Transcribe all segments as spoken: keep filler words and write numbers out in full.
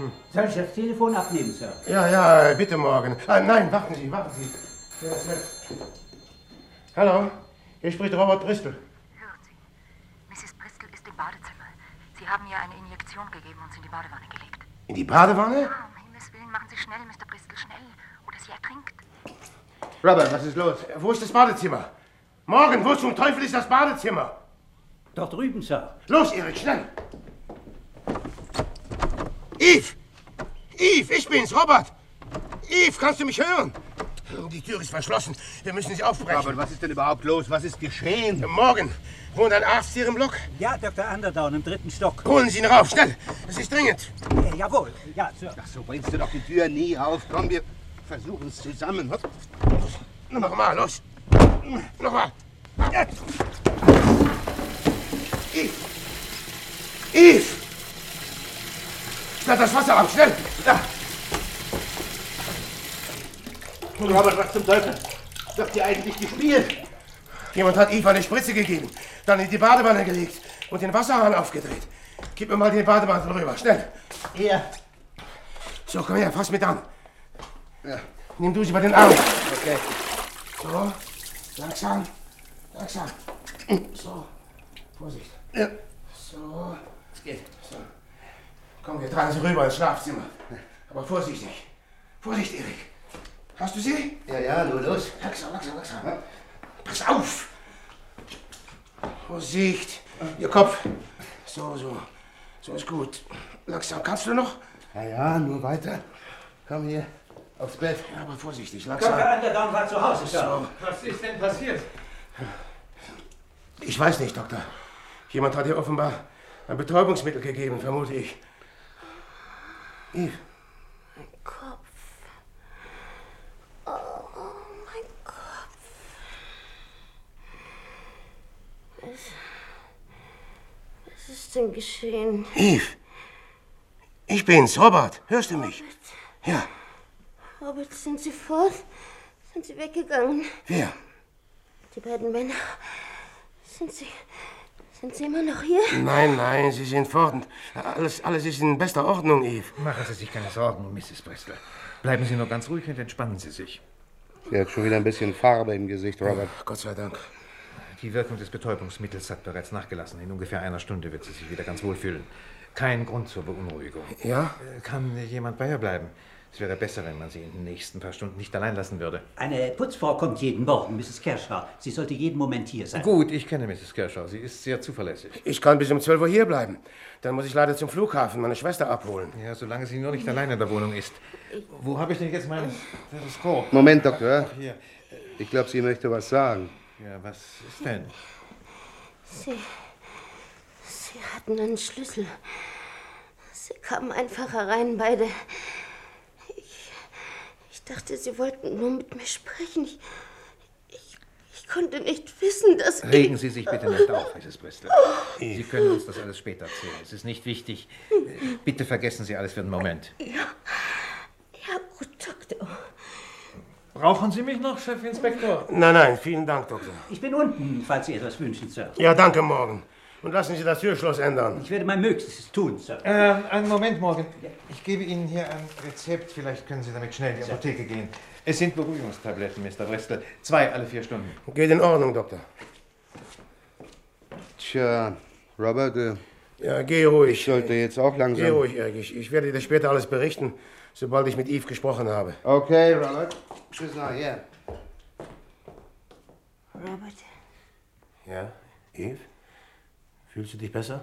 Hm. Soll ich das Telefon abnehmen, Sir? Ja, ja, bitte, Morgan. Ah, nein, warten Sie, warten Sie. Ja, hallo, hier spricht Robert Bristol. Hören Sie, Misses Bristol ist im Badezimmer. Sie haben ihr eine Injektion gegeben und sie in die Badewanne gelegt. In die Badewanne? Ja, um Himmels Willen, machen Sie schnell, Mister Bristol, schnell. Oder sie ertrinkt. Robert, was ist los? Wo ist das Badezimmer? Morgan, wo zum Teufel ist das Badezimmer? Dort drüben, Sir. Los, Erik, schnell! Eve! Eve, ich bin's, Robert! Eve, kannst du mich hören? Die Tür ist verschlossen. Wir müssen sie aufbrechen. Aber was ist denn überhaupt los? Was ist geschehen? Morgen. Wohnt ein Arzt hier im Block? Ja, Doktor Underdown im dritten Stock. Holen Sie ihn rauf, schnell. Es ist dringend. Äh, jawohl, ja, Sir. Ach, so bringst du doch die Tür nie auf. Komm, wir versuchen es zusammen. Hopp. Nochmal, los. Nochmal. Eve. Eve. Sperrt das Wasser ab, schnell. Da. Robert, was zum Teufel? Was habt ihr eigentlich gespielt? Jemand hat Eve eine Spritze gegeben, dann in die Badewanne gelegt und den Wasserhahn aufgedreht. Gib mir mal den Bademantel rüber, schnell. Hier. So, komm her, fass mit an. Ja. Nimm du sie bei den Arm. Okay. So, langsam, langsam. So, Vorsicht. Ja. So, Es geht. so. Komm, wir tragen sie rüber ins Schlafzimmer. Aber vorsichtig. Vorsicht, Erik. Hast du sie? Ja, ja, nur los. Langsam, langsam, langsam. Pass auf! Vorsicht! Ihr Kopf. So, so. So ist gut. Langsam. Kannst du noch? Ja, ja, nur weiter. Komm hier. Aufs Bett. Ja, aber vorsichtig. Langsam. Doktor Underdown war zu Hause, Sir. So. Was ist denn passiert? Ich weiß nicht, Doktor. Jemand hat ihr offenbar ein Betäubungsmittel gegeben, vermute ich. Eve. Mein Kopf. Oh, mein Kopf. Was, was ist denn geschehen? Eve. Ich bin's, Robert. Hörst du mich? Robert. Ja. Robert, sind Sie fort? Sind Sie weggegangen? Wer? Die beiden Männer. Sind Sie... Sind Sie immer noch hier? Nein, nein, sie sind fort. Alles, alles ist in bester Ordnung, Eve. Machen Sie sich keine Sorgen, Misses Bristol. Bleiben Sie nur ganz ruhig und entspannen Sie sich. Sie hat schon wieder ein bisschen Farbe im Gesicht, Robert. Oh, Gott sei Dank. Die Wirkung des Betäubungsmittels hat bereits nachgelassen. In ungefähr einer Stunde wird sie sich wieder ganz wohl fühlen. Kein Grund zur Beunruhigung. Ja? Kann jemand bei ihr bleiben? Es wäre besser, wenn man sie in den nächsten paar Stunden nicht allein lassen würde. Eine Putzfrau kommt jeden Morgen, Misses Kershaw. Sie sollte jeden Moment hier sein. Gut, ich kenne Misses Kershaw. Sie ist sehr zuverlässig. Ich kann bis um zwölf Uhr hier bleiben. Dann muss ich leider zum Flughafen meine Schwester abholen. Ja, solange sie nur nicht allein in der Wohnung ist. Wo habe ich denn jetzt mein Stethoskop? Moment, Doktor. Ach, hier. Ich glaube, sie möchte was sagen. Ja, was ist denn? Sie... Sie hatten einen Schlüssel. Sie kamen einfach herein, beide. Ich... Ich dachte, Sie wollten nur mit mir sprechen. Ich... Ich, ich konnte nicht wissen, dass... Regen ich, Sie sich bitte nicht auf, Misses Bristol. Sie können uns das alles später erzählen. Es ist nicht wichtig. Bitte vergessen Sie alles für einen Moment. Ja, ja gut, Doktor. Brauchen Sie mich noch, Chefinspektor? Nein, nein, vielen Dank, Doktor. Ich bin unten, falls Sie etwas wünschen, Sir. Ja, danke, Morgen. Und lassen Sie das Türschloss ändern. Ich werde mein Möglichstes tun, Sir. Ähm, einen Moment, Morgan. Ich gebe Ihnen hier ein Rezept. Vielleicht können Sie damit schnell in die Apotheke gehen. Es sind Beruhigungstabletten, Mister Bristol. Zwei alle vier Stunden. Geht in Ordnung, Doktor. Tja, Robert, äh, Ja, geh ruhig. ich sollte jetzt auch Geh langsam... ruhig, Erik. Ich, ich werde dir später alles berichten, sobald ich mit Eve gesprochen habe. Okay, Robert. Tschüss nachher. Robert, Ja, Eve? Fühlst du dich besser?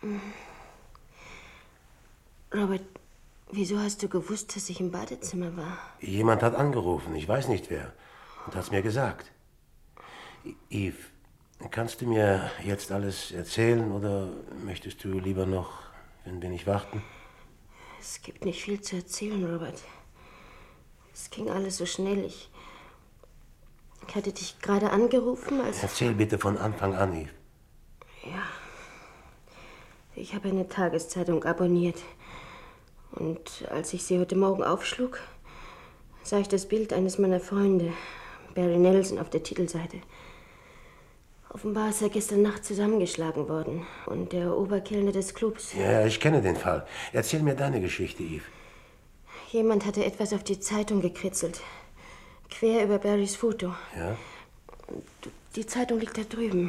Robert, wieso hast du gewusst, dass ich im Badezimmer war? Jemand hat angerufen, ich weiß nicht wer, und hat's mir gesagt. Eve, kannst du mir jetzt alles erzählen oder möchtest du lieber noch ein wenig warten? Es gibt nicht viel zu erzählen, Robert. Es ging alles so schnell. Ich, ich hatte dich gerade angerufen, als... Erzähl bitte von Anfang an, Eve. Ja. Ich habe eine Tageszeitung abonniert. Und als ich sie heute Morgen aufschlug, sah ich das Bild eines meiner Freunde, Barry Nelson, auf der Titelseite. Offenbar ist er gestern Nacht zusammengeschlagen worden. Und der Oberkellner des Clubs. Ja, ich kenne den Fall. Erzähl mir deine Geschichte, Eve. Jemand hatte etwas auf die Zeitung gekritzelt. Quer über Barrys Foto. Ja? Die Zeitung liegt da drüben.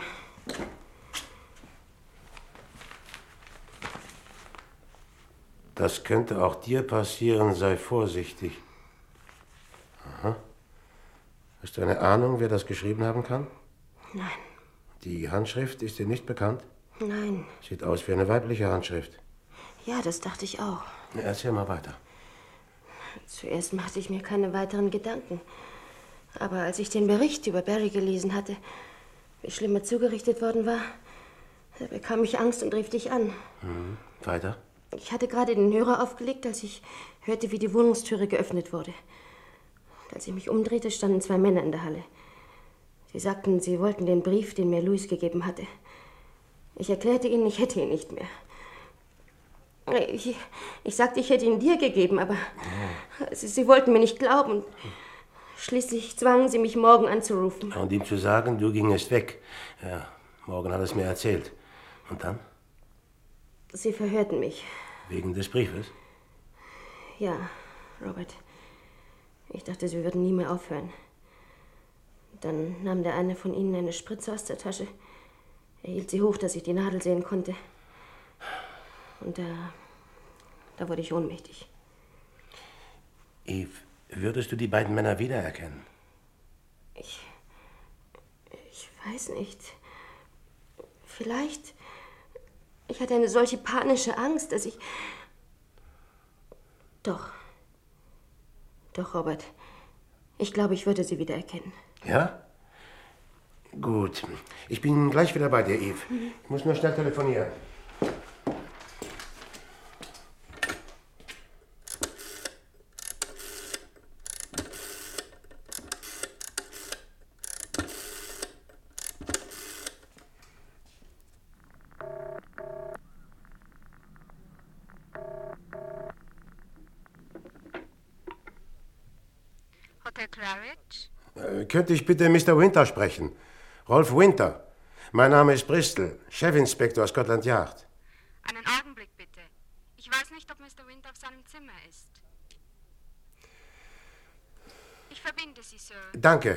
Das könnte auch dir passieren, sei vorsichtig. Aha. Hast du eine Ahnung, wer das geschrieben haben kann? Nein. Die Handschrift ist dir nicht bekannt? Nein. Sieht aus wie eine weibliche Handschrift. Ja, das dachte ich auch. Na, erzähl mal weiter. Zuerst machte ich mir keine weiteren Gedanken. Aber als ich den Bericht über Barry gelesen hatte, wie schlimm er zugerichtet worden war, da bekam ich Angst und rief dich an. Mhm. Weiter? Ich hatte gerade den Hörer aufgelegt, als ich hörte, wie die Wohnungstüre geöffnet wurde. Und als ich mich umdrehte, standen zwei Männer in der Halle. Sie sagten, sie wollten den Brief, den mir Louis gegeben hatte. Ich erklärte ihnen, ich hätte ihn nicht mehr. Ich, ich sagte, ich hätte ihn dir gegeben, aber oh. sie, sie wollten mir nicht glauben. Schließlich zwangen sie mich, morgen anzurufen. Und ihm zu sagen, du gingest weg. Ja, Morgan hat es mir erzählt. Und dann? Sie verhörten mich. Wegen des Briefes? Ja, Robert. Ich dachte, sie würden nie mehr aufhören. Dann nahm der eine von ihnen eine Spritze aus der Tasche. Er hielt sie hoch, dass ich die Nadel sehen konnte. Und da, da wurde ich ohnmächtig. Eve, würdest du die beiden Männer wiedererkennen? Ich, ich weiß nicht. Vielleicht. Ich hatte eine solche panische Angst, dass ich... Doch. Doch, Robert. Ich glaube, ich würde sie wiedererkennen. Ja? Gut. Ich bin gleich wieder bei dir, Eve. Ich muss nur schnell telefonieren. Hotel Claridge? Äh, könnte ich bitte Mister Winter sprechen? Rolf Winter. Mein Name ist Bristol, Chefinspektor Scotland Yard. Einen Augenblick bitte. Ich weiß nicht, ob Mister Winter auf seinem Zimmer ist. Ich verbinde Sie, Sir. Danke.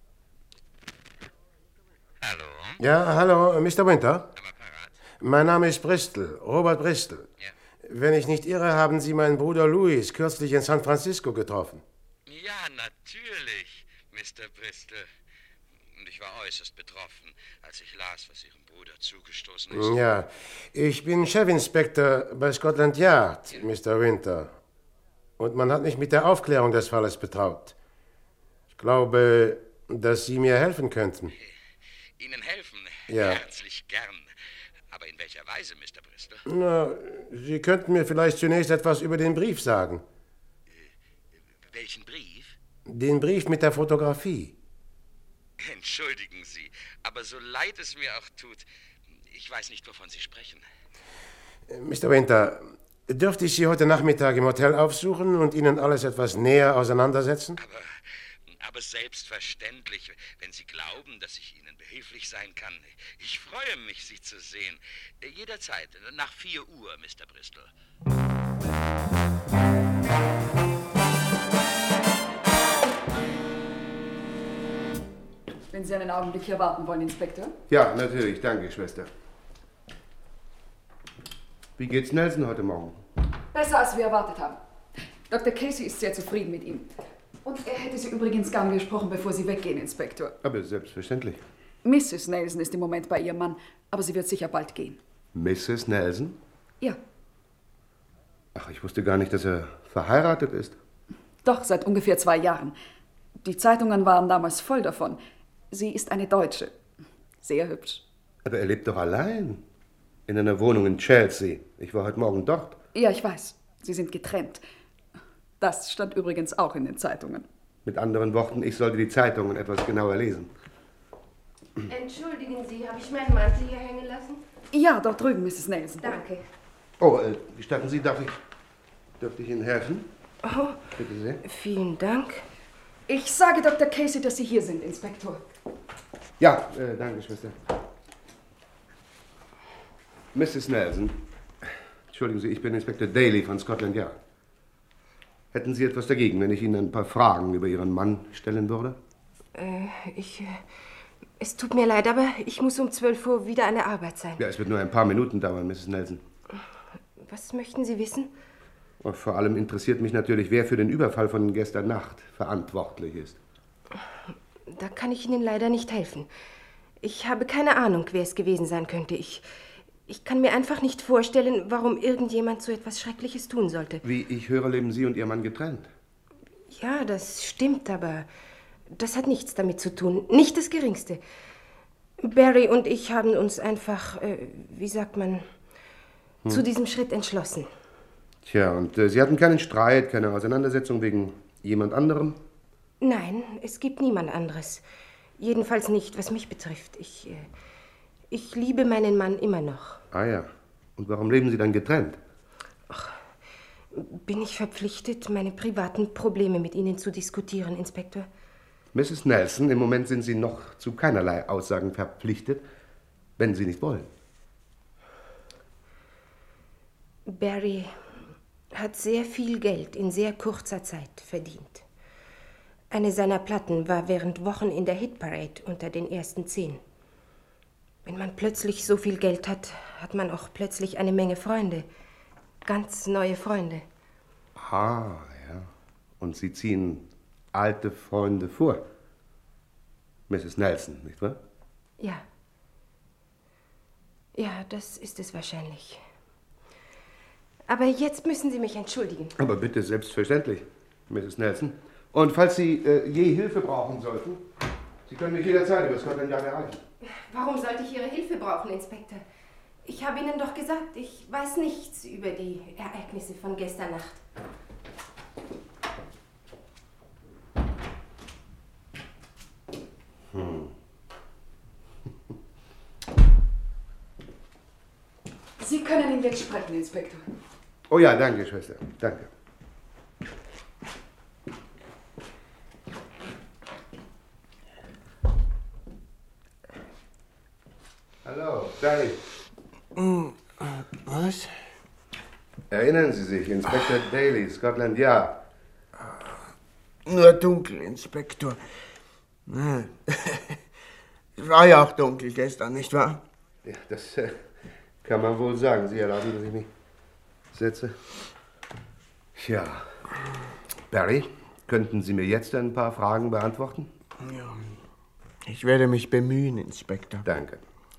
Hallo? Ja, hallo, Mister Winter? Apparat. Mein Name ist Bristol, Robert Bristol. Ja. Wenn ich nicht irre, haben Sie meinen Bruder Louis kürzlich in San Francisco getroffen. Ja, natürlich, Mister Bristol. Und ich war äußerst betroffen, als ich las, was Ihrem Bruder zugestoßen ist. Ja, ich bin Chefinspektor bei Scotland Yard, ja. Mister Winter. Und man hat mich mit der Aufklärung des Falles betraut. Ich glaube, dass Sie mir helfen könnten. Ihnen helfen? Ja. Herzlich gern. Aber in welcher Weise, Mister Bristol? Na, Sie könnten mir vielleicht zunächst etwas über den Brief sagen. Äh, welchen Brief? Den Brief mit der Fotografie. Entschuldigen Sie, aber so leid es mir auch tut, ich weiß nicht, wovon Sie sprechen. Mister Winter, dürfte ich Sie heute Nachmittag im Hotel aufsuchen und Ihnen alles etwas näher auseinandersetzen? Aber, aber selbstverständlich, wenn Sie glauben, dass ich Ihnen behilflich sein kann. Ich freue mich, Sie zu sehen. Jederzeit, nach vier Uhr, Mister Bristol. Wenn Sie einen Augenblick hier warten wollen, Inspektor? Ja, natürlich. Danke, Schwester. Wie geht's Nelson heute Morgen? Besser, als wir erwartet haben. Doktor Casey ist sehr zufrieden mit ihm. Und er hätte Sie übrigens gern gesprochen, bevor Sie weggehen, Inspektor. Aber selbstverständlich. Misses Nelson ist im Moment bei ihrem Mann, aber sie wird sicher bald gehen. Misses Nelson? Ja. Ach, ich wusste gar nicht, dass er verheiratet ist. Doch, seit ungefähr zwei Jahren. Die Zeitungen waren damals voll davon. Sie ist eine Deutsche. Sehr hübsch. Aber er lebt doch allein. In einer Wohnung in Chelsea. Ich war heute Morgen dort. Ja, ich weiß. Sie sind getrennt. Das stand übrigens auch in den Zeitungen. Mit anderen Worten, ich sollte die Zeitungen etwas genauer lesen. Entschuldigen Sie, habe ich meinen Mantel hier hängen lassen? Ja, dort drüben, Misses Nelson. Danke. Oh, äh, gestatten Sie, darf ich, darf ich Ihnen helfen? Oh, bitte sehr. Vielen Dank. Ich sage Doktor Casey, dass Sie hier sind, Inspektor. Ja, äh, danke, Schwester. Misses Nelson, entschuldigen Sie, ich bin Inspektor Daly von Scotland Yard. Hätten Sie etwas dagegen, wenn ich Ihnen ein paar Fragen über Ihren Mann stellen würde? Äh, ich... Äh, es tut mir leid, aber ich muss um zwölf Uhr wieder an der Arbeit sein. Ja, es wird nur ein paar Minuten dauern, Misses Nelson. Was möchten Sie wissen? Und vor allem interessiert mich natürlich, wer für den Überfall von gestern Nacht verantwortlich ist. Da kann ich Ihnen leider nicht helfen. Ich habe keine Ahnung, wer es gewesen sein könnte. Ich, ich kann mir einfach nicht vorstellen, warum irgendjemand so etwas Schreckliches tun sollte. Wie ich höre, leben Sie und Ihr Mann getrennt. Ja, das stimmt, aber das hat nichts damit zu tun. Nicht das Geringste. Barry und ich haben uns einfach, äh, wie sagt man, hm. zu diesem Schritt entschlossen. Tja, und äh, Sie hatten keinen Streit, keine Auseinandersetzung wegen jemand anderem? Nein, es gibt niemand anderes. Jedenfalls nicht, was mich betrifft. Ich, äh, ich liebe meinen Mann immer noch. Ah ja. Und warum leben Sie dann getrennt? Ach, bin ich verpflichtet, meine privaten Probleme mit Ihnen zu diskutieren, Inspektor? Misses Nelson, im Moment sind Sie noch zu keinerlei Aussagen verpflichtet, wenn Sie nicht wollen. Barry hat sehr viel Geld in sehr kurzer Zeit verdient. Eine seiner Platten war während Wochen in der Hitparade unter den ersten zehn. Wenn man plötzlich so viel Geld hat, hat man auch plötzlich eine Menge Freunde. Ganz neue Freunde. Ah, ja. Und Sie ziehen alte Freunde vor. Misses Nelson, nicht wahr? Ja. Ja, das ist es wahrscheinlich. Aber jetzt müssen Sie mich entschuldigen. Aber bitte, selbstverständlich, Misses Nelson. Und falls Sie äh, je Hilfe brauchen sollten, Sie können mich jederzeit über Scotland Yard erreichen. Warum sollte ich Ihre Hilfe brauchen, Inspektor? Ich habe Ihnen doch gesagt, ich weiß nichts über die Ereignisse von gestern Nacht. Hm. Sie können ihn jetzt sprechen, Inspektor. Oh ja, danke, Schwester. Danke. Hallo, Barry. Was? Erinnern Sie sich, Inspektor Daly, Scotland Yard. Nur dunkel, Inspektor. Es war ja auch dunkel gestern, nicht wahr? Ja, das äh, kann man wohl sagen. Sie erlauben, dass ich mich setze. Tja, Barry, könnten Sie mir jetzt ein paar Fragen beantworten? Ja, ich werde mich bemühen, Inspektor. Danke.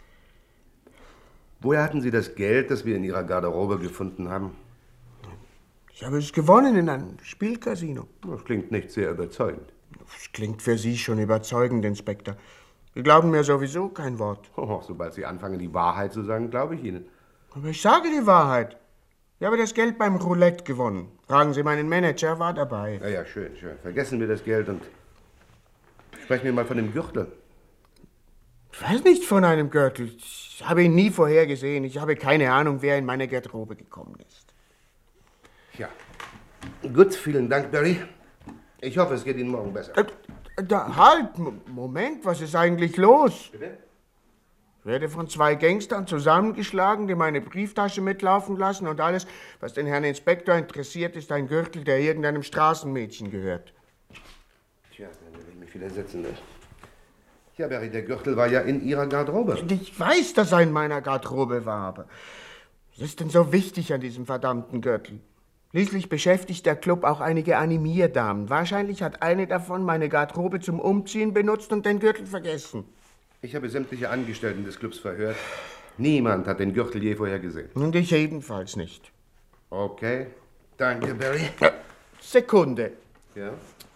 Woher hatten Sie das Geld, das wir in Ihrer Garderobe gefunden haben? Ich habe es gewonnen in einem Spielcasino. Das klingt nicht sehr überzeugend. Das klingt für Sie schon überzeugend, Inspektor. Sie glauben mir sowieso kein Wort. Oh, sobald Sie anfangen, die Wahrheit zu sagen, glaube ich Ihnen. Aber ich sage die Wahrheit. Ich habe das Geld beim Roulette gewonnen. Fragen Sie meinen Manager, er war dabei. Ja, ja, schön, schön. Vergessen wir das Geld und sprechen wir mal von dem Gürtel. Ich weiß nicht von einem Gürtel. Ich habe ihn nie vorher gesehen. Ich habe keine Ahnung, wer in meine Garderobe gekommen ist. Ja. Gut, vielen Dank, Barry. Ich hoffe, es geht Ihnen morgen besser. Äh, da, halt, M- Moment, was ist eigentlich los? Bitte? Ich werde von zwei Gangstern zusammengeschlagen, die meine Brieftasche mitlaufen lassen und alles, was den Herrn Inspektor interessiert, ist ein Gürtel, der irgendeinem Straßenmädchen gehört. Tja, dann will ich mich wieder setzen. Ne? Ja, Barry, der Gürtel war ja in Ihrer Garderobe. Ich weiß, dass er in meiner Garderobe war, aber was ist denn so wichtig an diesem verdammten Gürtel? Schließlich beschäftigt der Club auch einige Animierdamen. Wahrscheinlich hat eine davon meine Garderobe zum Umziehen benutzt und den Gürtel vergessen. Ich habe sämtliche Angestellten des Clubs verhört. Niemand hat den Gürtel je vorher gesehen. Und ich ebenfalls nicht. Okay. Danke, Barry. Sekunde. Ja?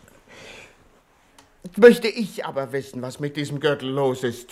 Jetzt möchte ich aber wissen, was mit diesem Gürtel los ist.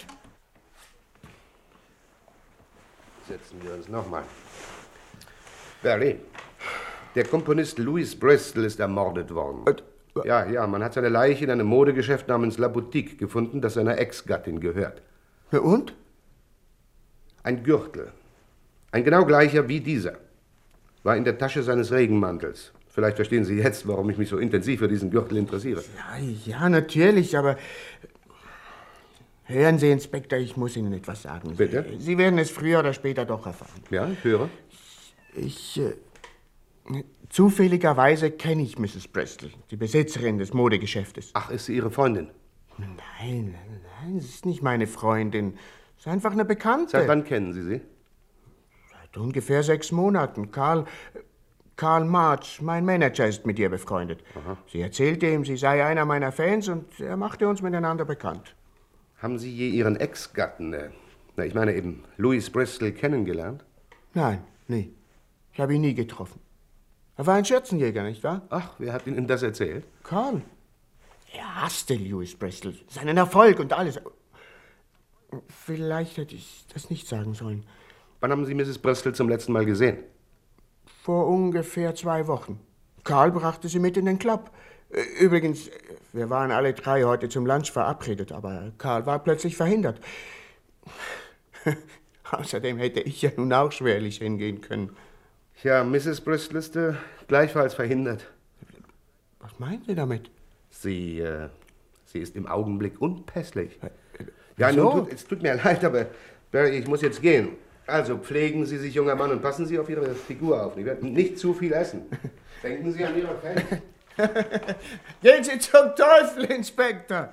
Setzen wir uns nochmal. Barry, der Komponist Louis Bristol ist ermordet worden. Ja, ja, man hat seine Leiche in einem Modegeschäft namens La Boutique gefunden, das seiner Ex-Gattin gehört. Ja, und? Ein Gürtel, ein genau gleicher wie dieser, war in der Tasche seines Regenmantels. Vielleicht verstehen Sie jetzt, warum ich mich so intensiv für diesen Gürtel interessiere. Ja, ja, natürlich, aber Hören Sie, Inspektor, ich muss Ihnen etwas sagen. Bitte? Sie, Sie werden es früher oder später doch erfahren. Ja, ich höre. Ich, äh, zufälligerweise kenne ich Misses Bristol, die Besitzerin des Modegeschäftes. Ach, ist sie Ihre Freundin? Nein, nein, sie ist nicht meine Freundin. Sie ist einfach eine Bekannte. Seit wann kennen Sie sie? Seit ungefähr sechs Monaten. Karl, Karl March, mein Manager, ist mit ihr befreundet. Aha. Sie erzählte ihm, sie sei einer meiner Fans und er machte uns miteinander bekannt. Haben Sie je Ihren Ex-Gatten, äh, na, ich meine eben Louis Bristol, kennengelernt? Nein, nie. Ich habe ihn nie getroffen. Er war ein Schürzenjäger, nicht wahr? Ach, wer hat Ihnen das erzählt? Karl. Er hasste Louis Bristol, seinen Erfolg und alles. Vielleicht hätte ich das nicht sagen sollen. Wann haben Sie Misses Bristol zum letzten Mal gesehen? Vor ungefähr zwei Wochen. Karl brachte sie mit in den Club. Übrigens, wir waren alle drei heute zum Lunch verabredet, aber Karl war plötzlich verhindert. Außerdem hätte ich ja nun auch schwerlich hingehen können. Ja, Misses Bristol ist äh, gleichfalls verhindert. Was meinen Sie damit? Sie, äh, sie ist im Augenblick unpässlich. Ja, Wieso? nun, tut, es tut mir leid, aber Barry, ich muss jetzt gehen. Also pflegen Sie sich, junger Mann, und passen Sie auf Ihre Figur auf. Ich werde nicht zu viel essen. Denken Sie an Ihre Fans. Gehen Sie zum Teufel, Inspektor!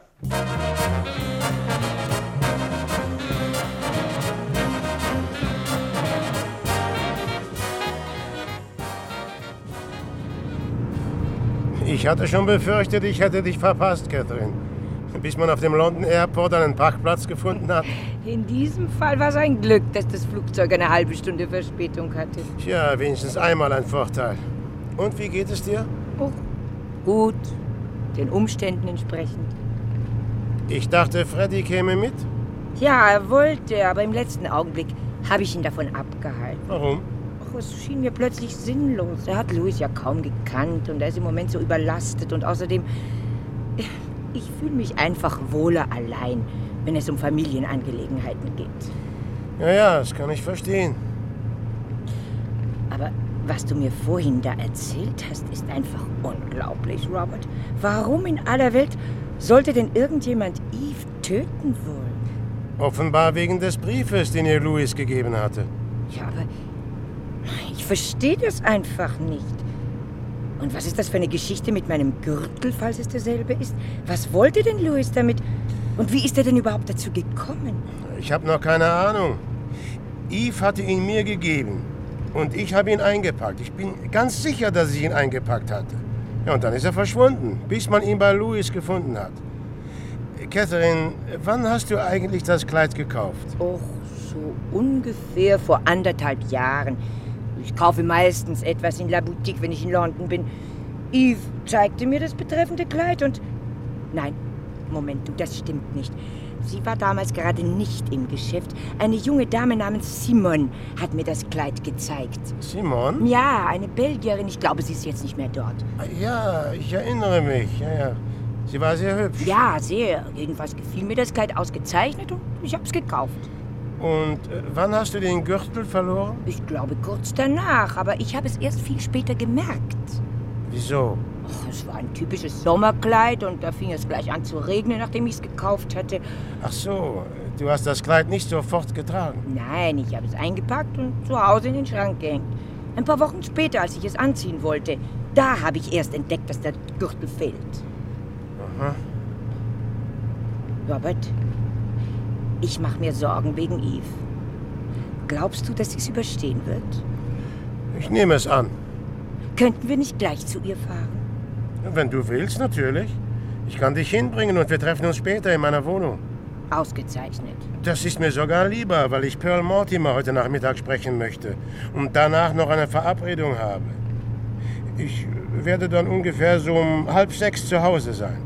Ich hatte schon befürchtet, ich hätte dich verpasst, Catherine. Bis man auf dem London Airport einen Parkplatz gefunden hat. In diesem Fall war es ein Glück, dass das Flugzeug eine halbe Stunde Verspätung hatte. Tja, wenigstens einmal ein Vorteil. Und wie geht es dir? Oh, gut. Den Umständen entsprechend. Ich dachte, Freddy käme mit. Ja, er wollte, aber im letzten Augenblick habe ich ihn davon abgehalten. Warum? Ach, es schien mir plötzlich sinnlos. Er hat Louis ja kaum gekannt und er ist im Moment so überlastet. Und außerdem, ich fühle mich einfach wohler allein, wenn es um Familienangelegenheiten geht. Ja, ja, das kann ich verstehen. Aber was du mir vorhin da erzählt hast, ist einfach unglaublich, Robert. Warum in aller Welt sollte denn irgendjemand Eve töten wollen? Offenbar wegen des Briefes, den ihr Louis gegeben hatte. Ja, aber ich verstehe das einfach nicht. Und was ist das für eine Geschichte mit meinem Gürtel, falls es derselbe ist? Was wollte denn Louis damit? Und wie ist er denn überhaupt dazu gekommen? Ich habe noch keine Ahnung. Eve hatte ihn mir gegeben. Und ich habe ihn eingepackt. Ich bin ganz sicher, dass ich ihn eingepackt hatte. Ja, und dann ist er verschwunden, bis man ihn bei Louis gefunden hat. Catherine, wann hast du eigentlich das Kleid gekauft? Och, so ungefähr vor anderthalb Jahren. Ich kaufe meistens etwas in La Boutique, wenn ich in London bin. Eve zeigte mir das betreffende Kleid und... Nein, Moment, du, das stimmt nicht. Sie war damals gerade nicht im Geschäft. Eine junge Dame namens Simone hat mir das Kleid gezeigt. Simone? Ja, eine Belgierin. Ich glaube, sie ist jetzt nicht mehr dort. Ja, ich erinnere mich. Ja, ja. Sie war sehr hübsch. Ja, sehr. Jedenfalls gefiel mir das Kleid ausgezeichnet und ich habe es gekauft. Und äh, wann hast du den Gürtel verloren? Ich glaube kurz danach, aber ich habe es erst viel später gemerkt. Wieso? Ach, es war ein typisches Sommerkleid und da fing es gleich an zu regnen, nachdem ich es gekauft hatte. Ach so, du hast das Kleid nicht sofort getragen? Nein, ich habe es eingepackt und zu Hause in den Schrank gehängt. Ein paar Wochen später, als ich es anziehen wollte, da habe ich erst entdeckt, dass der Gürtel fehlt. Aha. Robert, ich mache mir Sorgen wegen Eve. Glaubst du, dass sie es überstehen wird? Ich nehme es an. Könnten wir nicht gleich zu ihr fahren? Wenn du willst, natürlich. Ich kann dich hinbringen und wir treffen uns später in meiner Wohnung. Ausgezeichnet. Das ist mir sogar lieber, weil ich Pearl Mortimer heute Nachmittag sprechen möchte und danach noch eine Verabredung habe. Ich werde dann ungefähr so um halb sechs zu Hause sein.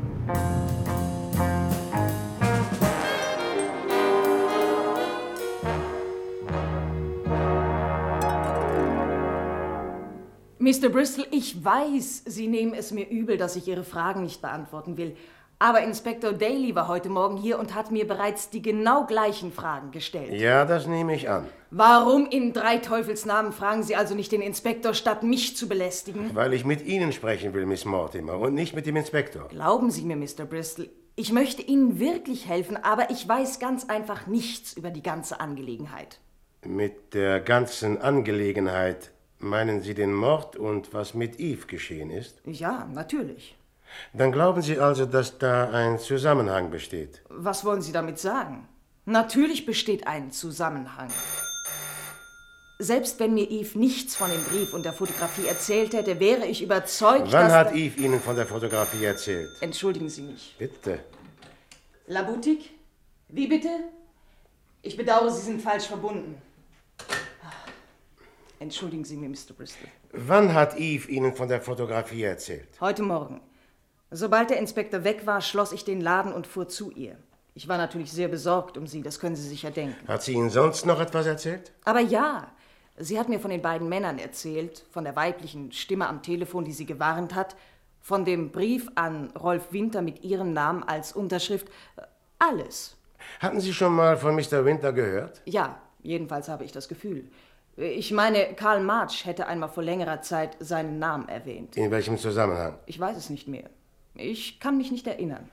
Mister Bristol, ich weiß, Sie nehmen es mir übel, dass ich Ihre Fragen nicht beantworten will. Aber Inspektor Daly war heute Morgen hier und hat mir bereits die genau gleichen Fragen gestellt. Ja, das nehme ich an. Warum in drei Teufels Namen fragen Sie also nicht den Inspektor, statt mich zu belästigen? Weil ich mit Ihnen sprechen will, Miss Mortimer, und nicht mit dem Inspektor. Glauben Sie mir, Mister Bristol, Ich möchte Ihnen wirklich helfen, aber ich weiß ganz einfach nichts über die ganze Angelegenheit. Mit der ganzen Angelegenheit meinen Sie den Mord und was mit Eve geschehen ist? Ja, natürlich. Dann glauben Sie also, dass da ein Zusammenhang besteht? Was wollen Sie damit sagen? Natürlich besteht ein Zusammenhang. Selbst wenn mir Eve nichts von dem Brief und der Fotografie erzählt hätte, wäre ich überzeugt, Wann dass... hat Eve Ihnen von der Fotografie erzählt? Entschuldigen Sie mich. Bitte. La Boutique? Wie bitte? Ich bedauere, Sie sind falsch verbunden. Entschuldigen Sie mir, Mister Bristol. Wann hat Eve Ihnen von der Fotografie erzählt? Heute Morgen. Sobald der Inspektor weg war, schloss ich den Laden und fuhr zu ihr. Ich war natürlich sehr besorgt um sie, das können Sie sich ja denken. Hat sie Ihnen sonst noch etwas erzählt? Aber ja, sie hat mir von den beiden Männern erzählt, von der weiblichen Stimme am Telefon, die sie gewarnt hat, von dem Brief an Rolf Winter mit ihrem Namen als Unterschrift. Alles. Hatten Sie schon mal von Mister Winter gehört? Ja, jedenfalls habe ich das Gefühl. Ich meine, Karl March hätte einmal vor längerer Zeit seinen Namen erwähnt. In welchem Zusammenhang? Ich weiß es nicht mehr. Ich kann mich nicht erinnern.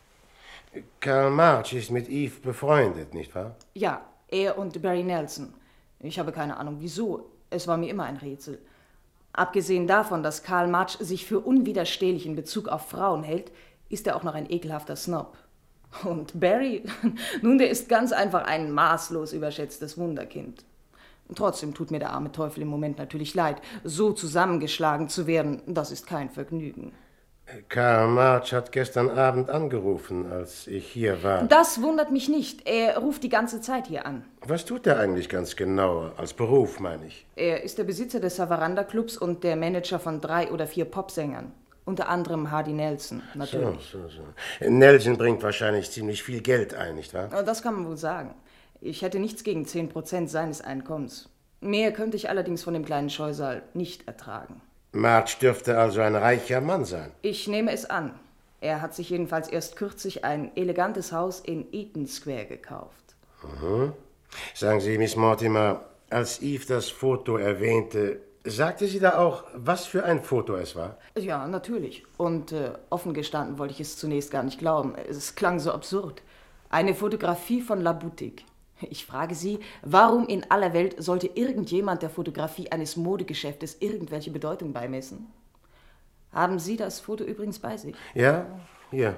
Karl March ist mit Eve befreundet, nicht wahr? Ja, er und Barry Nelson. Ich habe keine Ahnung, wieso. Es war mir immer ein Rätsel. Abgesehen davon, dass Karl March sich für unwiderstehlich in Bezug auf Frauen hält, ist er auch noch ein ekelhafter Snob. Und Barry, nun, der ist ganz einfach ein maßlos überschätztes Wunderkind. Trotzdem tut mir der arme Teufel im Moment natürlich leid. So zusammengeschlagen zu werden, das ist kein Vergnügen. Karl March hat gestern Abend angerufen, als ich hier war. Das wundert mich nicht. Er ruft die ganze Zeit hier an. Was tut er eigentlich ganz genau? Als Beruf, meine ich. Er ist der Besitzer des Savaranda Clubs und der Manager von drei oder vier Popsängern. Unter anderem Hardy Nelson, natürlich. So, so, so. Nelson bringt wahrscheinlich ziemlich viel Geld ein, nicht wahr? Das kann man wohl sagen. Ich hätte nichts gegen zehn Prozent seines Einkommens. Mehr könnte ich allerdings von dem kleinen Scheusal nicht ertragen. March dürfte also ein reicher Mann sein. Ich nehme es an. Er hat sich jedenfalls erst kürzlich ein elegantes Haus in Eaton Square gekauft. Mhm. Sagen Sie, Miss Mortimer, als Eve das Foto erwähnte, sagte sie da auch, was für ein Foto es war? Ja, natürlich. Und äh, offen gestanden wollte ich es zunächst gar nicht glauben. Es klang so absurd. Eine Fotografie von La Boutique. Ich frage Sie, warum in aller Welt sollte irgendjemand der Fotografie eines Modegeschäftes irgendwelche Bedeutung beimessen? Haben Sie das Foto übrigens bei sich? Ja, hier.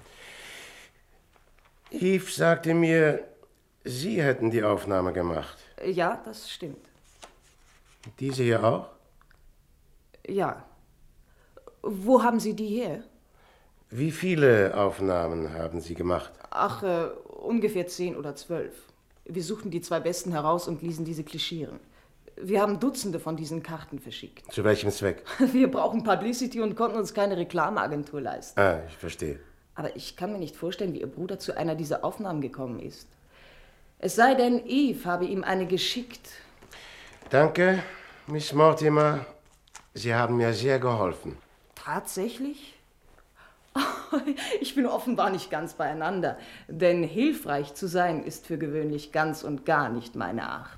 Eve sagte mir, Sie hätten die Aufnahme gemacht. Ja, das stimmt. Diese hier auch? Ja. Wo haben Sie die her? Wie viele Aufnahmen haben Sie gemacht? Ach, äh, ungefähr zehn oder zwölf. Wir suchten die zwei besten heraus und ließen diese klischieren. Wir haben Dutzende von diesen Karten verschickt. Zu welchem Zweck? Wir brauchen Publicity und konnten uns keine Reklameagentur leisten. Ah, ich verstehe. Aber ich kann mir nicht vorstellen, wie Ihr Bruder zu einer dieser Aufnahmen gekommen ist. Es sei denn, Eve habe ihm eine geschickt. Danke, Miss Mortimer. Sie haben mir sehr geholfen. Tatsächlich? Ich bin offenbar nicht ganz beieinander, denn hilfreich zu sein ist für gewöhnlich ganz und gar nicht meine Art.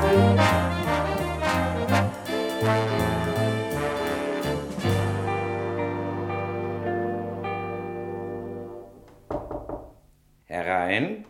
Herein.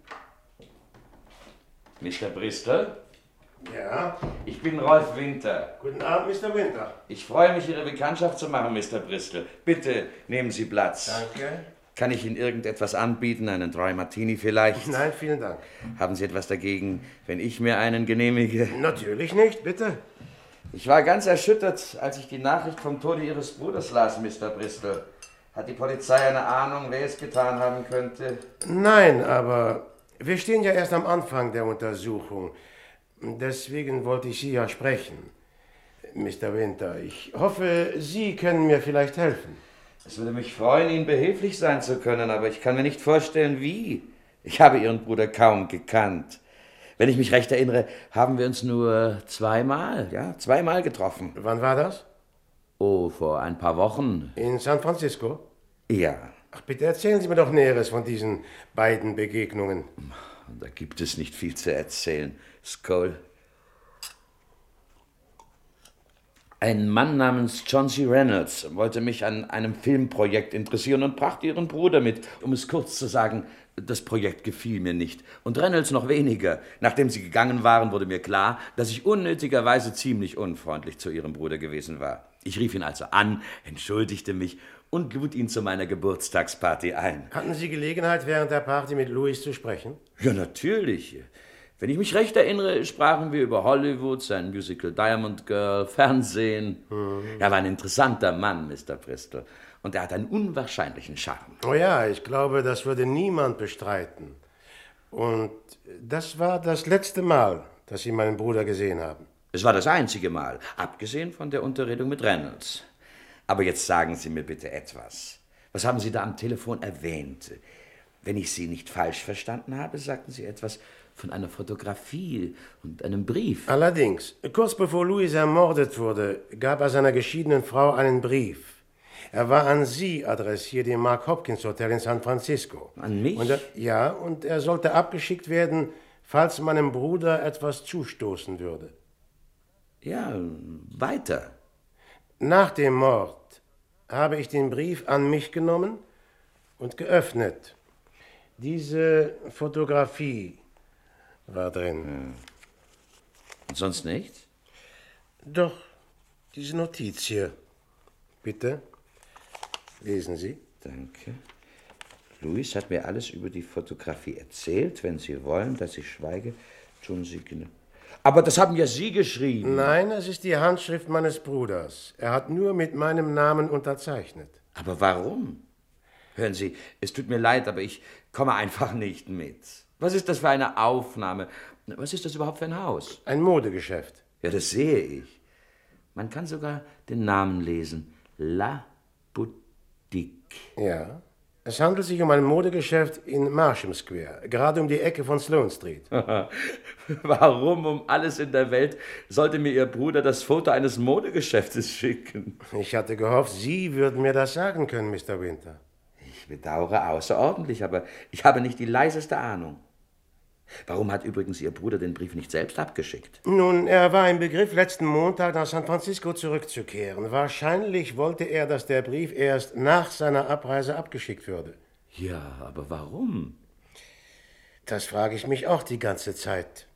Mister Bristol? Ja? Ich bin Rolf Winter. Guten Abend, Mister Winter. Ich freue mich, Ihre Bekanntschaft zu machen, Mister Bristol. Bitte, nehmen Sie Platz. Danke. Kann ich Ihnen irgendetwas anbieten? Einen Dry Martini vielleicht? Nein, vielen Dank. Haben Sie etwas dagegen, wenn ich mir einen genehmige? Natürlich nicht, bitte. Ich war ganz erschüttert, als ich die Nachricht vom Tode Ihres Bruders las, Mister Bristol. Hat die Polizei eine Ahnung, wer es getan haben könnte? Nein, aber wir stehen ja erst am Anfang der Untersuchung. Deswegen wollte ich Sie ja sprechen. Mister Winter, ich hoffe, Sie können mir vielleicht helfen. Es würde mich freuen, Ihnen behilflich sein zu können, aber ich kann mir nicht vorstellen, wie. Ich habe Ihren Bruder kaum gekannt. Wenn ich mich recht erinnere, haben wir uns nur zweimal, ja, zweimal getroffen. Wann war das? Oh, vor ein paar Wochen. In San Francisco? Ja. Ach, bitte erzählen Sie mir doch Näheres von diesen beiden Begegnungen. Da gibt es nicht viel zu erzählen. Skoll. Ein Mann namens John C. Reynolds wollte mich an einem Filmprojekt interessieren und brachte ihren Bruder mit. Um es kurz zu sagen, das Projekt gefiel mir nicht. Und Reynolds noch weniger. Nachdem sie gegangen waren, wurde mir klar, dass ich unnötigerweise ziemlich unfreundlich zu ihrem Bruder gewesen war. Ich rief ihn also an, entschuldigte mich und lud ihn zu meiner Geburtstagsparty ein. Hatten Sie Gelegenheit, während der Party mit Louis zu sprechen? Ja, natürlich. Wenn ich mich recht erinnere, sprachen wir über Hollywood, sein Musical Diamond Girl, Fernsehen. Mhm. Er war ein interessanter Mann, Mister Bristol. Und er hat einen unwahrscheinlichen Charme. Oh ja, ich glaube, das würde niemand bestreiten. Und das war das letzte Mal, dass Sie meinen Bruder gesehen haben. Es war das einzige Mal, abgesehen von der Unterredung mit Reynolds. Aber jetzt sagen Sie mir bitte etwas. Was haben Sie da am Telefon erwähnt? Wenn ich Sie nicht falsch verstanden habe, sagten Sie etwas von einer Fotografie und einem Brief. Allerdings, kurz bevor Louis ermordet wurde, gab er seiner geschiedenen Frau einen Brief. Er war an Sie adressiert im Mark Hopkins Hotel in San Francisco. An mich? Und er, ja, und er sollte abgeschickt werden, falls meinem Bruder etwas zustoßen würde. Ja, weiter. Nach dem Mord habe ich den Brief an mich genommen und geöffnet. Diese Fotografie war drin. Und sonst nichts? Doch, diese Notiz hier. Bitte, lesen Sie. Danke. Louis hat mir alles über die Fotografie erzählt. Wenn Sie wollen, dass ich schweige, tun Sie genau. Aber das haben ja Sie geschrieben. Nein, es ist die Handschrift meines Bruders. Er hat nur mit meinem Namen unterzeichnet. Aber warum? Hören Sie, es tut mir leid, aber ich komme einfach nicht mit. Was ist das für eine Aufnahme? Was ist das überhaupt für ein Haus? Ein Modegeschäft. Ja, das sehe ich. Man kann sogar den Namen lesen. La Boutique. Ja. Es handelt sich um ein Modegeschäft in Marsham Square, gerade um die Ecke von Sloane Street. Warum um alles in der Welt sollte mir Ihr Bruder das Foto eines Modegeschäftes schicken? Ich hatte gehofft, Sie würden mir das sagen können, Mister Winter. Ich bedauere außerordentlich, aber ich habe nicht die leiseste Ahnung. Warum hat übrigens Ihr Bruder den Brief nicht selbst abgeschickt? Nun, er war im Begriff, letzten Montag nach San Francisco zurückzukehren. Wahrscheinlich wollte er, dass der Brief erst nach seiner Abreise abgeschickt würde. Ja, aber warum? Das frage ich mich auch die ganze Zeit.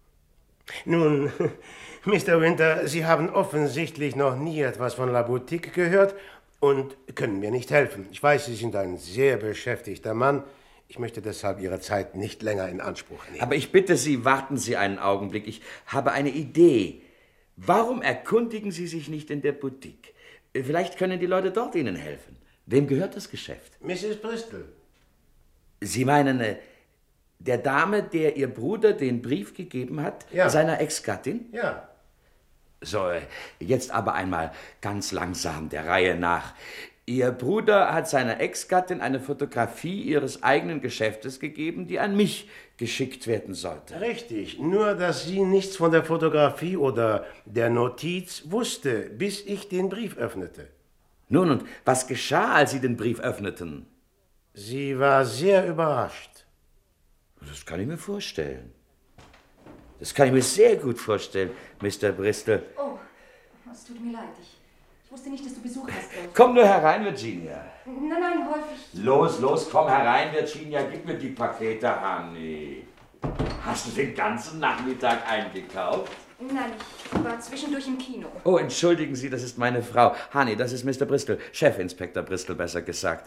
Nun, Mister Winter, Sie haben offensichtlich noch nie etwas von La Boutique gehört und können mir nicht helfen. Ich weiß, Sie sind ein sehr beschäftigter Mann. Ich möchte deshalb Ihre Zeit nicht länger in Anspruch nehmen. Aber ich bitte Sie, warten Sie einen Augenblick. Ich habe eine Idee. Warum erkundigen Sie sich nicht in der Boutique? Vielleicht können die Leute dort Ihnen helfen. Wem gehört das Geschäft? Misses Bristol. Sie meinen, der Dame, der Ihr Bruder den Brief gegeben hat, ja. seiner Ex-Gattin? Ja. So, jetzt aber einmal ganz langsam der Reihe nach. Ihr Bruder hat seiner Ex-Gattin eine Fotografie ihres eigenen Geschäftes gegeben, die an mich geschickt werden sollte. Richtig, nur dass sie nichts von der Fotografie oder der Notiz wusste, bis ich den Brief öffnete. Nun, und was geschah, als Sie den Brief öffneten? Sie war sehr überrascht. Das kann ich mir vorstellen. Das kann ich mir sehr gut vorstellen, Mister Bristol. Oh, es tut mir leid. Ich, ich wusste nicht, dass du Besuch hast. Komm nur herein, Virginia. Nein, nein, häufig. Los, los, komm herein, Virginia. Gib mir die Pakete, Honey. Hast du den ganzen Nachmittag eingekauft? Nein, ich war zwischendurch im Kino. Oh, entschuldigen Sie, das ist meine Frau. Honey, das ist Mister Bristol. Chefinspektor Bristol, besser gesagt.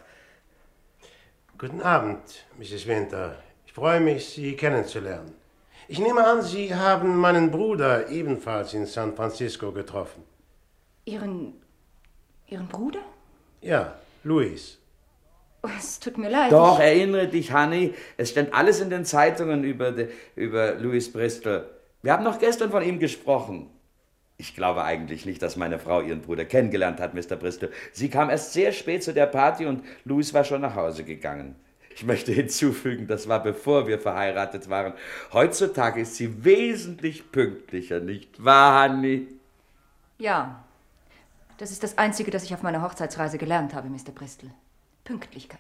Guten Abend, Misses Winter. Ich freue mich, Sie kennenzulernen. Ich nehme an, Sie haben meinen Bruder ebenfalls in San Francisco getroffen. Ihren... Ihren Bruder? Ja, Louis. Oh, es tut mir leid. Doch, ich... erinnere dich, Honey. Es stand alles in den Zeitungen über, de, über Louis Bristol. Wir haben noch gestern von ihm gesprochen. Ich glaube eigentlich nicht, dass meine Frau ihren Bruder kennengelernt hat, Mister Bristol. Sie kam erst sehr spät zu der Party und Louis war schon nach Hause gegangen. Ich möchte hinzufügen, das war bevor wir verheiratet waren. Heutzutage ist sie wesentlich pünktlicher, nicht wahr, Honey? Ja, das ist das Einzige, das ich auf meiner Hochzeitsreise gelernt habe, Mister Bristol. Pünktlichkeit.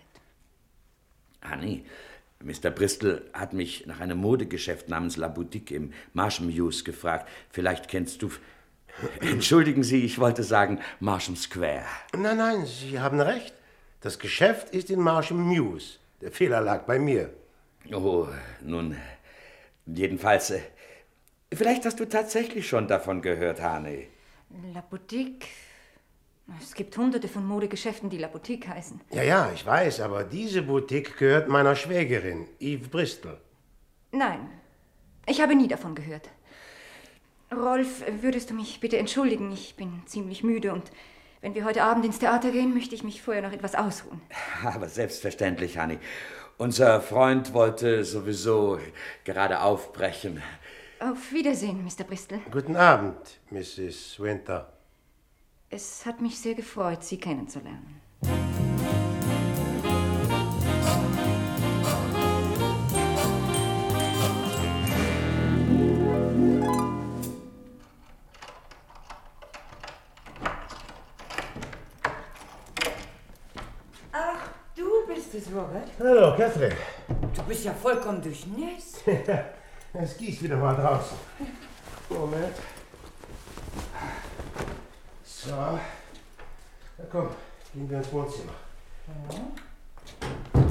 Honey, Mister Bristol hat mich nach einem Modegeschäft namens La Boutique im Marsham Mews gefragt. Vielleicht kennst du... Entschuldigen Sie, ich wollte sagen Marsham Square. Nein, nein, Sie haben recht. Das Geschäft ist in Marsham Mews. Der Fehler lag bei mir. Oh, nun, jedenfalls, äh, vielleicht hast du tatsächlich schon davon gehört, Honey. La Boutique? Es gibt hunderte von Modegeschäften, die La Boutique heißen. Ja, ja, ich weiß, aber diese Boutique gehört meiner Schwägerin, Eve Bristol. Nein, ich habe nie davon gehört. Rolf, würdest du mich bitte entschuldigen? Ich bin ziemlich müde und wenn wir heute Abend ins Theater gehen, möchte ich mich vorher noch etwas ausruhen. Aber selbstverständlich, Honey. Unser Freund wollte sowieso gerade aufbrechen. Auf Wiedersehen, Mister Bristol. Guten Abend, Missus Winter. Es hat mich sehr gefreut, Sie kennenzulernen. Ach, du bist es, Robert. Hallo, Catherine. Du bist ja vollkommen durchnässt. Es gießt wieder mal draußen. Moment. So. Na komm, gehen wir ins Wohnzimmer. Ja.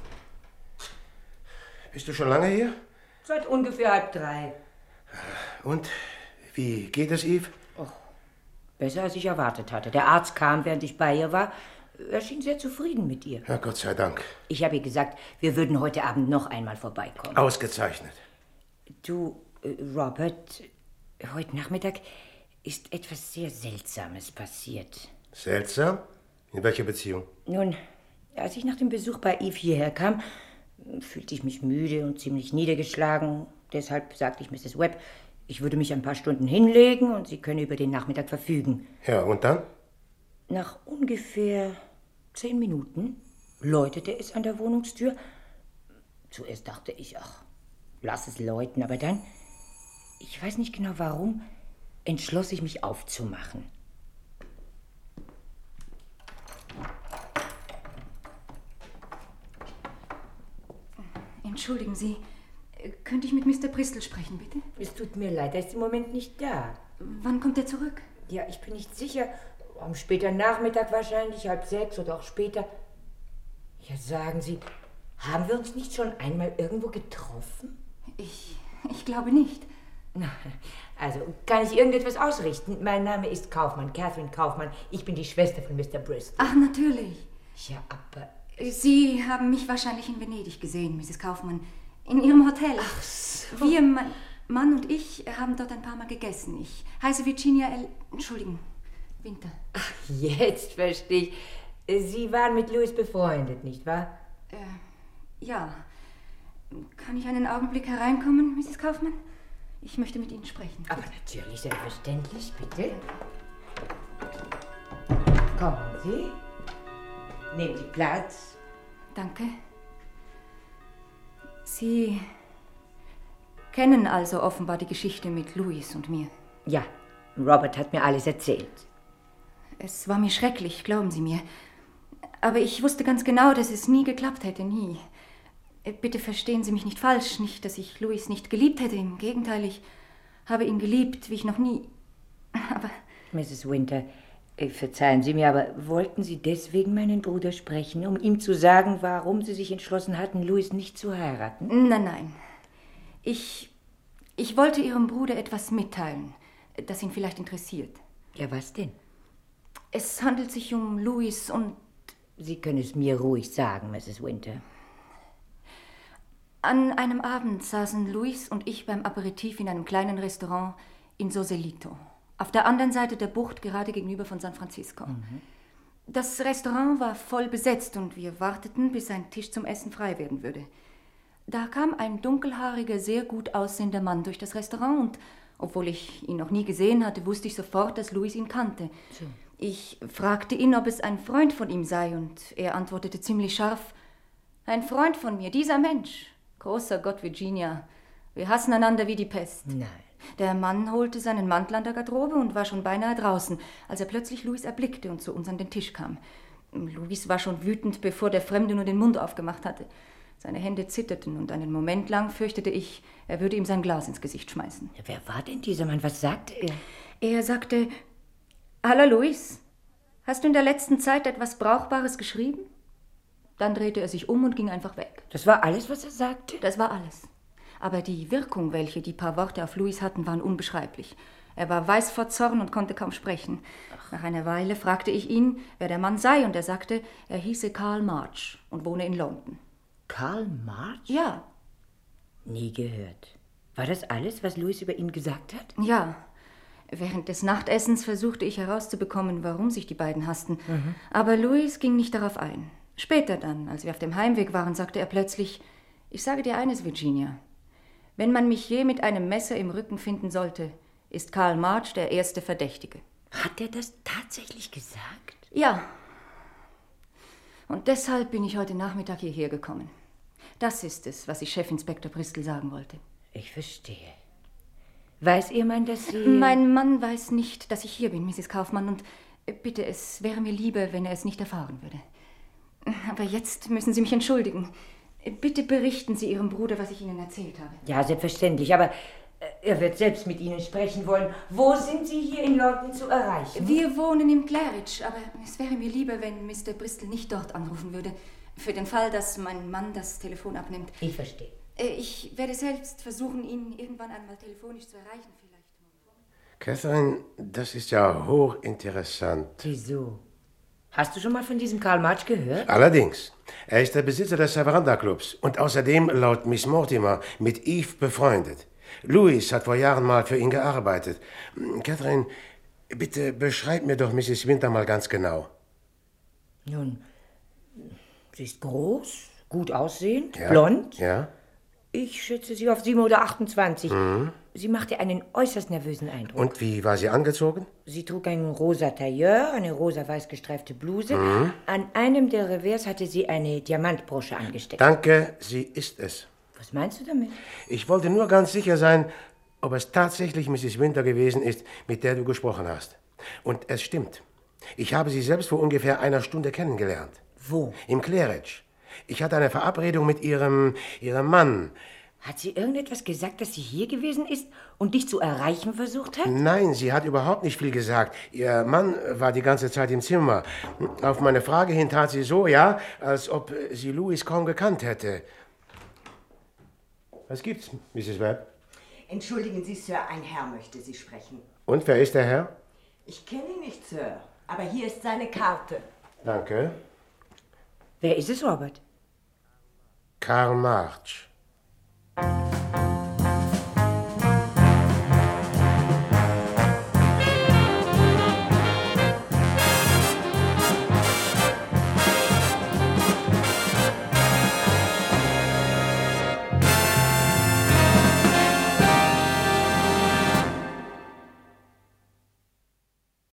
Bist du schon lange hier? Seit ungefähr halb drei. Und? Wie geht es, Eve? Och, besser als ich erwartet hatte. Der Arzt kam, während ich bei ihr war. Er schien sehr zufrieden mit ihr. Ja, Gott sei Dank. Ich habe ihr gesagt, wir würden heute Abend noch einmal vorbeikommen. Ausgezeichnet. Du, äh, Robert, heute Nachmittag ist etwas sehr Seltsames passiert. Seltsam? In welcher Beziehung? Nun, als ich nach dem Besuch bei Eve hierher kam, fühlte ich mich müde und ziemlich niedergeschlagen. Deshalb sagte ich Misses Webb, ich würde mich ein paar Stunden hinlegen und sie könne über den Nachmittag verfügen. Ja, und dann? Nach ungefähr zehn Minuten läutete es an der Wohnungstür. Zuerst dachte ich, ach, lass es läuten, aber dann, ich weiß nicht genau warum, entschloss ich mich aufzumachen. Entschuldigen Sie, könnte ich mit Mister Bristol sprechen, bitte? Es tut mir leid, er ist im Moment nicht da. Wann kommt er zurück? Ja, ich bin nicht sicher. Am späten Nachmittag wahrscheinlich, halb sechs oder auch später. Ja, sagen Sie, haben wir uns nicht schon einmal irgendwo getroffen? Ich, ich glaube nicht. Na, also, kann ich irgendetwas ausrichten? Mein Name ist Kaufmann, Catherine Kaufmann. Ich bin die Schwester von Mister Bristol. Ach, natürlich. Ja, aber... Sie haben mich wahrscheinlich in Venedig gesehen, Misses Kaufmann. In Ihrem Hotel. Ach so. Wir, mein Mann und ich, haben dort ein paar Mal gegessen. Ich heiße Virginia L... Entschuldigen, Winter. Ach, jetzt verstehe ich. Sie waren mit Louis befreundet, nicht wahr? Äh, ja. Kann ich einen Augenblick hereinkommen, Misses Kaufmann? Ich möchte mit Ihnen sprechen. Aber natürlich, selbstverständlich, bitte. Kommen Sie. Nehmen Sie Platz. Danke. Sie kennen also offenbar die Geschichte mit Louis und mir. Ja, Robert hat mir alles erzählt. Es war mir schrecklich, glauben Sie mir. Aber ich wusste ganz genau, dass es nie geklappt hätte, nie. Bitte verstehen Sie mich nicht falsch, nicht, dass ich Louis nicht geliebt hätte. Im Gegenteil, ich habe ihn geliebt, wie ich noch nie... Aber... Misses Winter, verzeihen Sie mir, aber wollten Sie deswegen meinen Bruder sprechen, um ihm zu sagen, warum Sie sich entschlossen hatten, Louis nicht zu heiraten? Nein, nein. Ich... Ich wollte Ihrem Bruder etwas mitteilen, das ihn vielleicht interessiert. Ja, was denn? Es handelt sich um Louis und... Sie können es mir ruhig sagen, Misses Winter. An einem Abend saßen Louis und ich beim Aperitif in einem kleinen Restaurant in Sausalito, auf der anderen Seite der Bucht, gerade gegenüber von San Francisco. Mhm. Das Restaurant war voll besetzt und wir warteten, bis ein Tisch zum Essen frei werden würde. Da kam ein dunkelhaariger, sehr gut aussehender Mann durch das Restaurant und, obwohl ich ihn noch nie gesehen hatte, wusste ich sofort, dass Louis ihn kannte. So. Ich fragte ihn, ob es ein Freund von ihm sei, und er antwortete ziemlich scharf: Ein Freund von mir, dieser Mensch. Großer Gott, Virginia, wir hassen einander wie die Pest. Nein. Der Mann holte seinen Mantel an der Garderobe und war schon beinahe draußen, als er plötzlich Louis erblickte und zu uns an den Tisch kam. Louis war schon wütend, bevor der Fremde nur den Mund aufgemacht hatte. Seine Hände zitterten und einen Moment lang fürchtete ich, er würde ihm sein Glas ins Gesicht schmeißen. Wer war denn dieser Mann? Was sagte er? Er sagte, »Hallo Louis, hast du in der letzten Zeit etwas Brauchbares geschrieben?« Dann drehte er sich um und ging einfach weg. Das war alles, was er sagte? Das war alles. Aber die Wirkung, welche die paar Worte auf Louis hatten, waren unbeschreiblich. Er war weiß vor Zorn und konnte kaum sprechen. Nach einer Weile fragte ich ihn, wer der Mann sei, und er sagte, er hieße Karl March und wohne in London. Karl March? Ja. Nie gehört. War das alles, was Louis über ihn gesagt hat? Ja. Während des Nachtessens versuchte ich herauszubekommen, warum sich die beiden hassten. Mhm. Aber Louis ging nicht darauf ein. Später dann, als wir auf dem Heimweg waren, sagte er plötzlich, ich sage dir eines, Virginia. Wenn man mich je mit einem Messer im Rücken finden sollte, ist Karl March der erste Verdächtige. Hat er das tatsächlich gesagt? Ja. Und deshalb bin ich heute Nachmittag hierher gekommen. Das ist es, was ich Chefinspektor Bristol sagen wollte. Ich verstehe. Weiß Ihr Mann, dass Sie... Mein Mann weiß nicht, dass ich hier bin, Misses Kaufmann, und bitte, es wäre mir lieber, wenn er es nicht erfahren würde. Aber jetzt müssen Sie mich entschuldigen. Bitte berichten Sie Ihrem Bruder, was ich Ihnen erzählt habe. Ja, selbstverständlich, aber er wird selbst mit Ihnen sprechen wollen. Wo sind Sie hier in London zu erreichen? Wir wohnen im Claridge, aber es wäre mir lieber, wenn Mister Bristol nicht dort anrufen würde. Für den Fall, dass mein Mann das Telefon abnimmt. Ich verstehe. Ich werde selbst versuchen, ihn irgendwann einmal telefonisch zu erreichen, vielleicht. Catherine, das ist ja hochinteressant. Wieso? Hast du schon mal von diesem Karl March gehört? Allerdings. Er ist der Besitzer des Savaranda-Clubs und außerdem, laut Miss Mortimer, mit Eve befreundet. Louis hat vor Jahren mal für ihn gearbeitet. Catherine, bitte beschreib mir doch Misses Winter mal ganz genau. Nun, sie ist groß, gut aussehend, Ja, blond. Ja. Ich schätze sie auf sieben oder achtundzwanzig. Mhm. Sie machte einen äußerst nervösen Eindruck. Und wie war sie angezogen? Sie trug einen rosa Tailleur, eine rosa-weiß gestreifte Bluse. Mhm. An einem der Revers hatte sie eine Diamantbrosche angesteckt. Danke, sie ist es. Was meinst du damit? Ich wollte nur ganz sicher sein, ob es tatsächlich Misses Winter gewesen ist, mit der du gesprochen hast. Und es stimmt. Ich habe sie selbst vor ungefähr einer Stunde kennengelernt. Wo? Im Claridge. Ich hatte eine Verabredung mit ihrem, ihrem Mann. Hat sie irgendetwas gesagt, dass sie hier gewesen ist und dich zu erreichen versucht hat? Nein, sie hat überhaupt nicht viel gesagt. Ihr Mann war die ganze Zeit im Zimmer. Auf meine Frage hin tat sie so, ja, als ob sie Louis kaum gekannt hätte. Was gibt's, Misses Webb? Entschuldigen Sie, Sir, ein Herr möchte Sie sprechen. Und wer ist der Herr? Ich kenne ihn nicht, Sir, aber hier ist seine Karte. Danke. Wer ist es, Robert? Karl March.